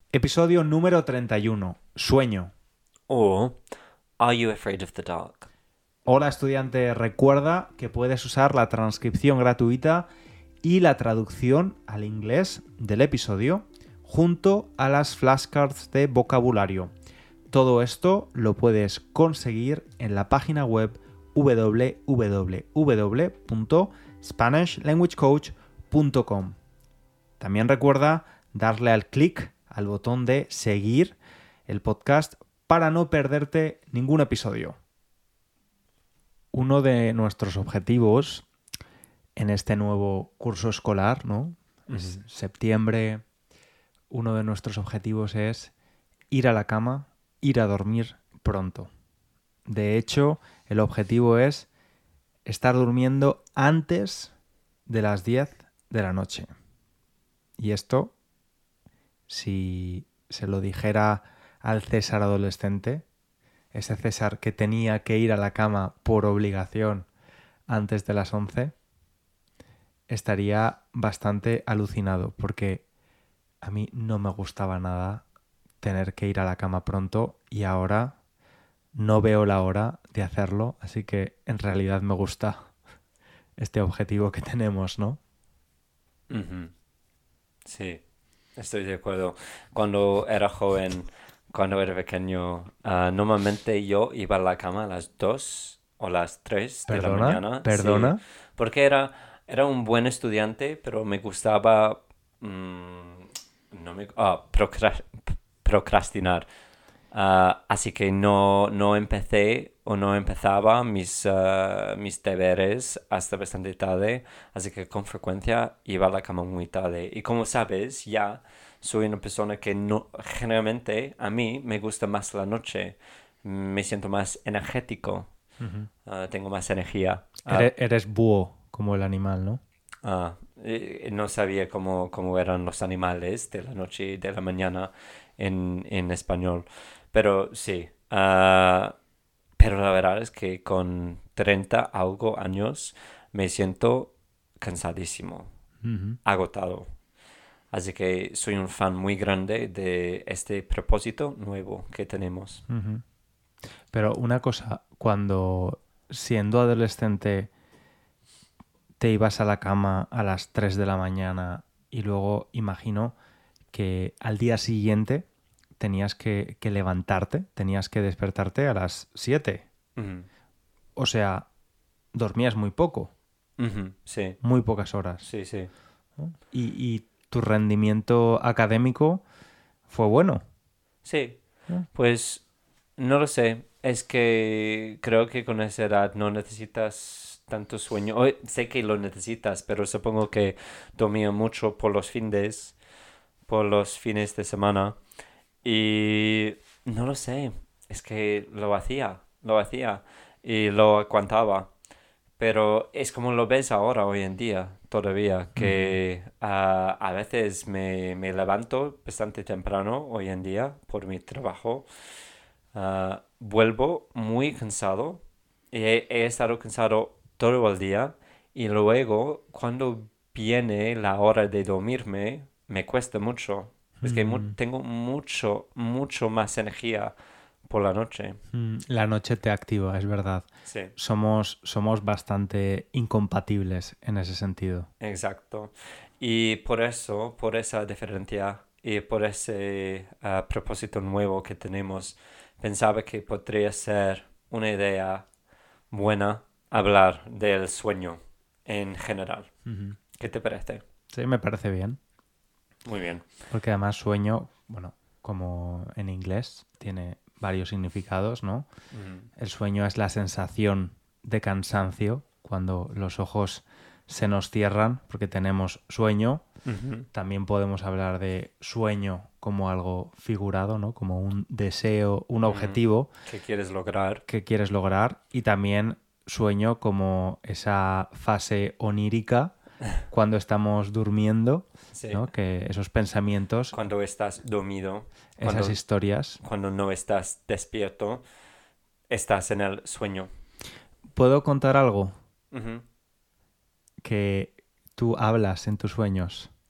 Episodio número 31. Sueño. Or, are you afraid of the dark? Hola estudiante, recuerda que puedes usar la transcripción gratuita y la traducción al inglés del episodio junto a las flashcards de vocabulario. Todo esto lo puedes conseguir en la página web www.spanishlanguagecoach.com. También recuerda darle al clic al botón de seguir el podcast para no perderte ningún episodio. Uno de nuestros objetivos en este nuevo curso escolar, ¿no? Es septiembre. Uno de nuestros objetivos es ir a la cama, ir a dormir pronto. De hecho, el objetivo es estar durmiendo antes de las 10 de la noche. Y esto, si se lo dijera al César adolescente, ese César que tenía que ir a la cama por obligación antes de las 11, estaría bastante alucinado, porque a mí no me gustaba nada tener que ir a la cama pronto y ahora no veo la hora de hacerlo, así que en realidad me gusta este objetivo que tenemos, ¿no? Ujú. Sí, estoy de acuerdo. Cuando era joven, cuando era pequeño, normalmente yo iba a la cama a las 2 o las 3 de la mañana. Sí, ¿Perdona? porque era un buen estudiante, pero me gustaba no me, procrastinar. Así que no empecé o no empezaba mis deberes hasta bastante tarde, así que con frecuencia iba a la cama muy tarde. Y como sabes, ya soy una persona que no, generalmente a mí me gusta más la noche, me siento más energético, tengo más energía. Eres búho, como el animal, ¿no? No sabía cómo eran los animales de la noche y de la mañana en español. Pero sí, pero la verdad es que con 30 algo años me siento cansadísimo, agotado. Así que soy un fan muy grande de este propósito nuevo que tenemos. Pero una cosa, cuando siendo adolescente te ibas a la cama a las 3 de la mañana y luego imagino que al día siguiente tenías que levantarte, tenías que despertarte a las 7. Ujú, O sea, dormías muy poco, ujú, sí, muy pocas horas. sí, sí. ¿No? Y tu rendimiento académico fue bueno, Sí, ¿no? pues no lo sé. Es que creo que con esa edad no necesitas tanto sueño. Sé que lo necesitas, pero supongo que dormía mucho por los fines de semana. Y no lo sé. Es que lo hacía y lo aguantaba. Pero es como lo ves ahora, hoy en día, todavía, que a veces me levanto bastante temprano hoy en día por mi trabajo. Vuelvo muy cansado. He estado cansado todo el día. Y luego, cuando viene la hora de dormirme, me cuesta mucho. Es que tengo mucho más energía por la noche. La noche te activa, es verdad. Sí. Somos bastante incompatibles en ese sentido. Exacto. Y por eso, por esa diferencia y por ese propósito nuevo que tenemos, pensaba que podría ser una idea buena hablar del sueño en general. ¿Qué te parece? Sí, me parece bien. Muy bien. Porque además sueño, bueno, como en inglés, tiene varios significados, ¿no? Ujú. El sueño es la sensación de cansancio cuando los ojos se nos cierran porque tenemos sueño. Ujú. También podemos hablar de sueño como algo figurado, ¿no? Como un deseo, un Ujú. objetivo ¿Qué quieres lograr? que quieres lograr. Y también sueño como esa fase onírica cuando estamos durmiendo, Sí. ¿no? Que esos pensamientos, Cuando estás dormido, esas historias. cuando no estás despierto, estás en el sueño. ¿Puedo contar algo Ujú. que tú hablas en tus sueños?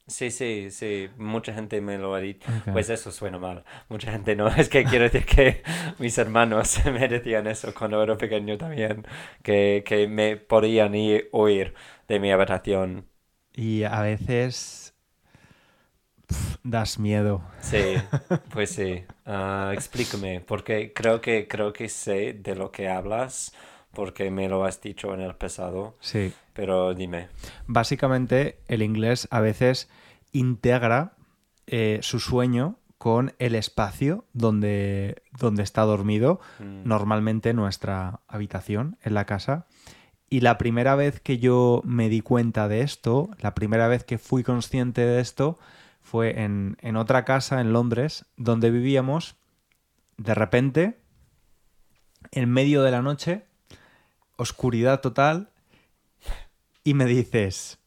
Sí, sí, sí, mucha gente me lo ha dicho. Okay. Pues eso suena mal. Mucha gente no. Es que quiero decir que mis hermanos me decían eso cuando era pequeño también, que me podían ir, oír de mi habitación. Y a veces das miedo. Sí, pues sí. Explícame, porque creo que sé de lo que hablas, porque me lo has dicho en el pasado, Sí. pero dime. Básicamente, el inglés a veces integra su sueño con el espacio donde está dormido, Mm, normalmente nuestra habitación en la casa. Y la primera vez que yo me di cuenta de esto, la primera vez que fui consciente de esto, fue en otra casa en Londres, donde vivíamos, de repente, en medio de la noche, oscuridad total, y me dices,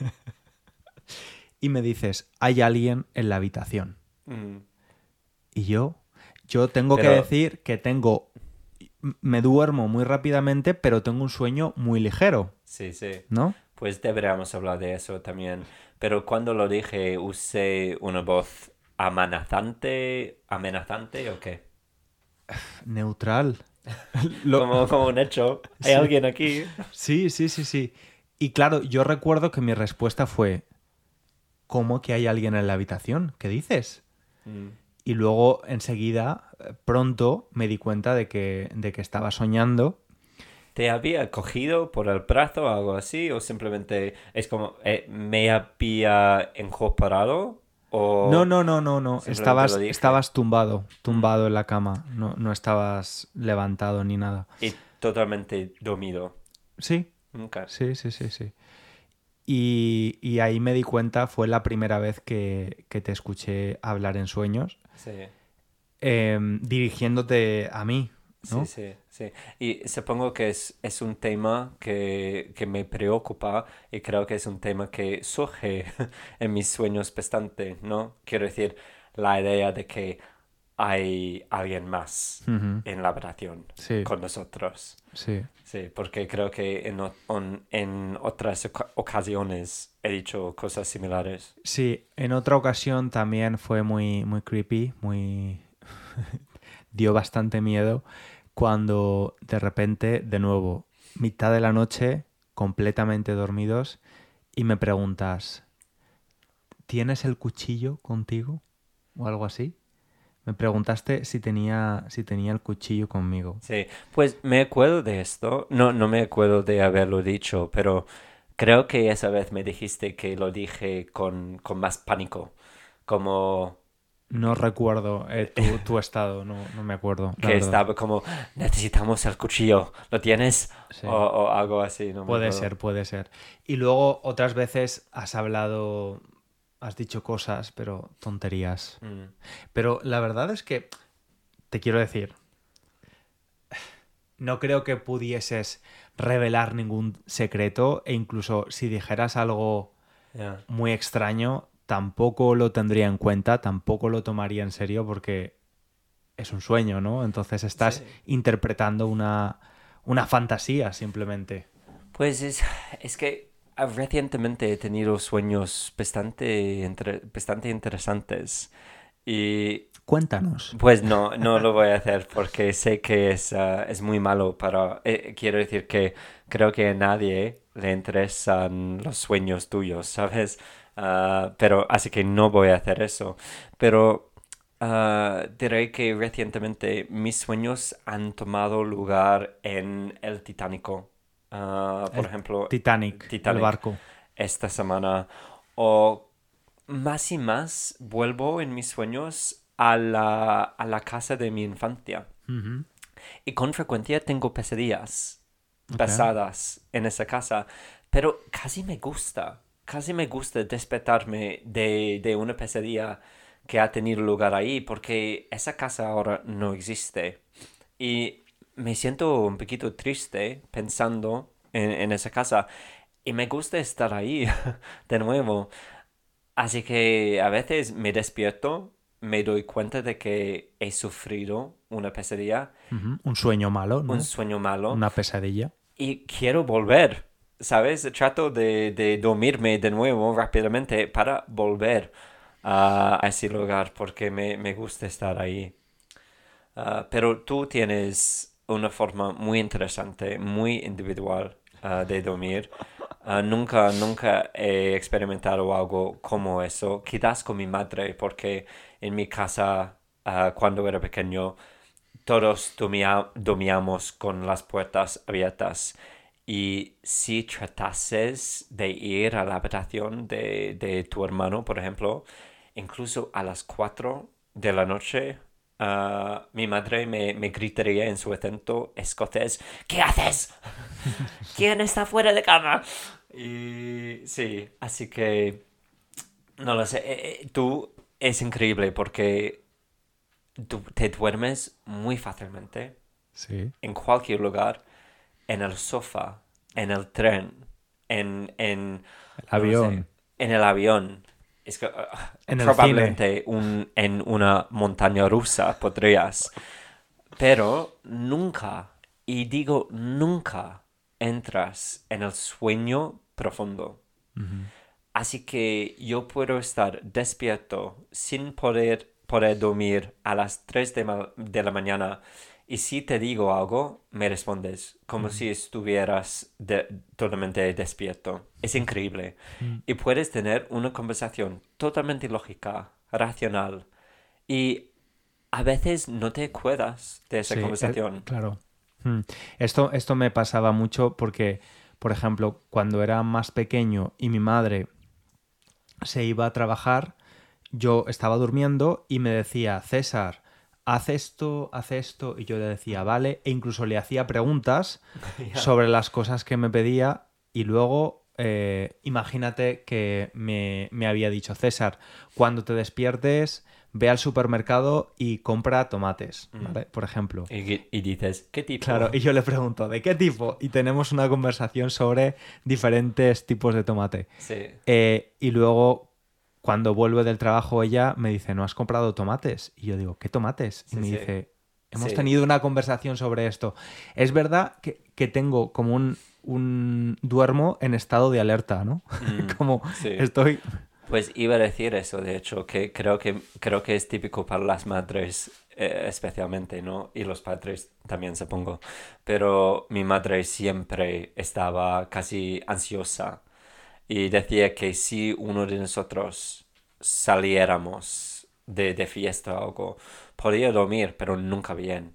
hay alguien en la habitación. mm. Y yo tengo que Pero decir que me duermo muy rápidamente, pero tengo un sueño muy ligero, sí, sí. ¿no? Pues deberíamos hablar de eso también. Pero cuando lo dije, usé una voz amenazante o qué? Neutral. Lo- Como un hecho. ¿Hay Sí. alguien aquí? Sí, sí, sí, sí. Y claro, yo recuerdo que mi respuesta fue, ¿cómo que hay alguien en la habitación? ¿Qué dices? Mm. Y luego, enseguida, pronto, me di cuenta de que estaba soñando. ¿Te había cogido por el brazo o algo así? ¿O simplemente es como me había incorporado? No, ¿O no, no, no, no. simplemente lo dije? Estabas tumbado, Mm. tumbado en la cama. No, no estabas levantado ni nada. Y totalmente dormido. Sí, Nunca. sí, sí, sí, sí. Y ahí me di cuenta, fue la primera vez que te escuché hablar en sueños, Sí. dirigiéndote a mí, Sí, ¿no? sí, sí. Y supongo que es un tema que me preocupa y creo que es un tema que surge en mis sueños bastante, ¿no? Quiero decir, la idea de que hay alguien más Ujú. en la habitación Sí, con nosotros. sí. Sí, porque creo que en otras ocasiones he dicho cosas similares. Sí, en otra ocasión también fue muy, muy creepy, muy... dio bastante miedo cuando de repente, de nuevo, mitad de la noche, completamente dormidos, y me preguntas, ¿tienes el cuchillo contigo? O algo así. Me preguntaste si tenía el cuchillo conmigo. Sí, pues me acuerdo de esto. No, no me acuerdo de haberlo dicho, pero creo que esa vez me dijiste que lo dije con más pánico. Como No recuerdo tu estado, no, no me acuerdo, la que verdad. estaba como, necesitamos el cuchillo. ¿Lo tienes? Sí, O algo así, no me puede acuerdo. ser, puede ser. Y luego otras veces has dicho cosas, pero tonterías. Mm, Pero la verdad es que, te quiero decir, no creo que pudieses revelar ningún secreto e incluso si dijeras algo ya. muy extraño, tampoco lo tendría en cuenta, tampoco lo tomaría en serio porque es un sueño, ¿no? Entonces Sí. estás interpretando una fantasía simplemente. Pues es que recientemente he tenido sueños bastante interesantes. Y Cuéntanos. pues no, no lo voy a hacer porque sé que es muy malo para... quiero decir que creo que a nadie le interesan los sueños tuyos, ¿sabes? Pero así que no voy a hacer eso. Pero diré que recientemente mis sueños han tomado lugar en el Titánico. Por El ejemplo, Titanic, el Titanic barco. esta semana. O más y más vuelvo en mis sueños a la casa de mi infancia. Ujú. Y con frecuencia tengo pesadillas Ok. basadas en esa casa. Pero casi me gusta despertarme de una pesadilla que ha tenido lugar ahí, porque esa casa ahora no existe. Y me siento un poquito triste pensando en esa casa. Y me gusta estar ahí de nuevo. Así que a veces me despierto, me doy cuenta de que he sufrido una pesadilla, Ujú. Un sueño malo, un ¿no? sueño malo, Una pesadilla. y quiero volver. ¿sabes? Trato de dormirme de nuevo rápidamente para volver a ese lugar porque me gusta estar ahí. Pero tú tienes una forma muy interesante, muy individual de dormir. Nunca he experimentado algo como eso. Quizás con mi madre, porque en mi casa, cuando era pequeño, todos dormíamos con las puertas abiertas. Y si tratases de ir a la habitación de tu hermano, por ejemplo, incluso a las 4 de la noche, mi madre me gritaría en su acento escocés: ¿Qué haces? ¿Quién está fuera de cama? Y sí, así que no lo sé. Tú es increíble porque tú te duermes muy fácilmente Sí. en cualquier lugar, en el sofá, en el tren, en El no lo sé, avión, en el avión. Es que en el cine. probablemente en una montaña rusa podrías, pero nunca, y digo nunca, entras en el sueño profundo. Ujú. Así que yo puedo estar despierto sin poder dormir a las 3 de la mañana y si te digo algo, me respondes como Ujú. si estuvieras totalmente despierto. Es increíble. Mm. Y puedes tener una conversación totalmente lógica, racional y a veces no te acuerdas de esa Sí, conversación. claro. Mm. Esto me pasaba mucho porque, por ejemplo, cuando era más pequeño y mi madre se iba a trabajar, yo estaba durmiendo y me decía: César, haz esto, y yo le decía, vale, e incluso le hacía preguntas Ya. sobre las cosas que me pedía y luego, imagínate que me había dicho: César, cuando te despiertes, ve al supermercado y compra tomates, Mm. ¿vale? Por ejemplo. Y dices, ¿qué Claro, tipo? y yo le pregunto: ¿de qué tipo? Y tenemos una conversación sobre diferentes tipos de tomate. Sí, Y luego, cuando vuelve del trabajo, ella me dice: ¿no has comprado tomates? Y yo digo: ¿qué tomates? Y sí, me sí, dice: hemos sí. tenido una conversación sobre esto. Es verdad que tengo como un duermo en estado de alerta, ¿no? Mm, Como sí. estoy... Pues iba a decir eso, de hecho, que creo que es típico para las madres especialmente, ¿no? Y los padres también, supongo. Pero mi madre siempre estaba casi ansiosa y decía que si uno de nosotros saliéramos de fiesta o algo, podía dormir, pero nunca bien.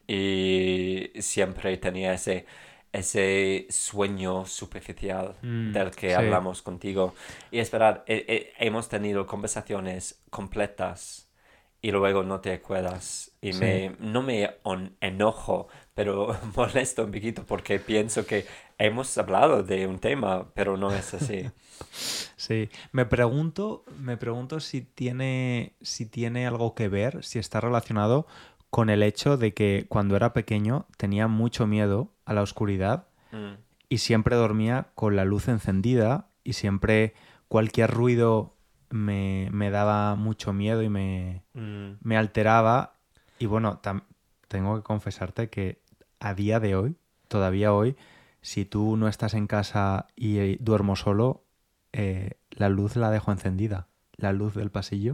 Y siempre tenía ese sueño superficial Mm, del que sí, hablamos contigo. Y esperar, hemos tenido conversaciones completas y luego no te acuerdas. Y sí. no me enojo, pero molesto un poquito porque pienso que hemos hablado de un tema, pero no es así. Sí, me pregunto si tiene algo que ver, si está relacionado con el hecho de que cuando era pequeño tenía mucho miedo a la oscuridad Mm, y siempre dormía con la luz encendida y siempre cualquier ruido me daba mucho miedo y mm. me alteraba. Y bueno, tengo que confesarte que a día de hoy, todavía hoy, si tú no estás en casa y duermo solo, la luz la dejo encendida. La luz del pasillo.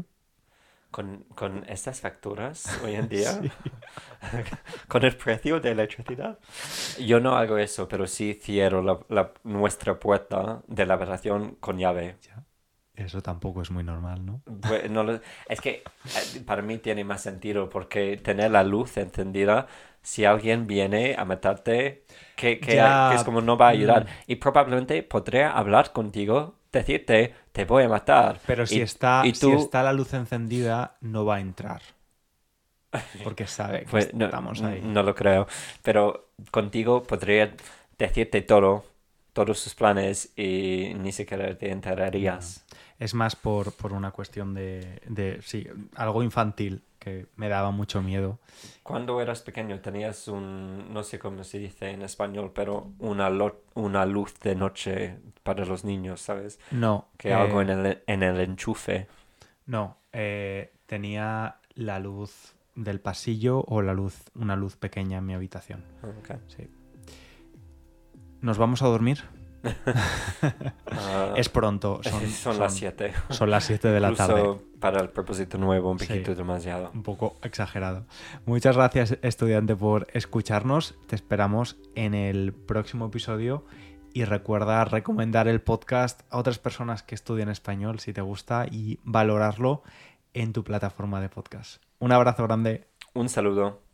Con estas facturas hoy en día, Sí. con el precio de electricidad. Yo no hago eso, pero sí cierro nuestra puerta de la habitación con llave. Ya. Eso tampoco es muy normal, ¿no? No es que para mí tiene más sentido porque tener la luz encendida, si alguien viene a matarte, que es Ya. como no va a ayudar. mm, Y probablemente podría hablar contigo, decirte, te voy a matar. pero Y si tú, está la luz encendida, no va a entrar. Porque sabe que pues no, estamos ahí. no lo creo. Pero contigo podría decirte todos sus planes y ni siquiera te No. enterarías. Es más por una cuestión sí, algo infantil que me daba mucho miedo. Cuando eras pequeño tenías no sé cómo se dice en español, pero una luz de noche para los niños, ¿sabes? No, Que algo en el enchufe. no. Tenía la luz del pasillo o una luz pequeña en mi habitación. Ok. Sí. ¿Nos vamos a dormir? Es pronto. Son las 7. Son las 7 de la tarde. Incluso para el propósito nuevo, un poquito Sí. demasiado. Un poco exagerado. Muchas gracias, estudiante, por escucharnos. Te esperamos en el próximo episodio y recuerda recomendar el podcast a otras personas que estudian español si te gusta y valorarlo en tu plataforma de podcast. Un abrazo grande. Un saludo.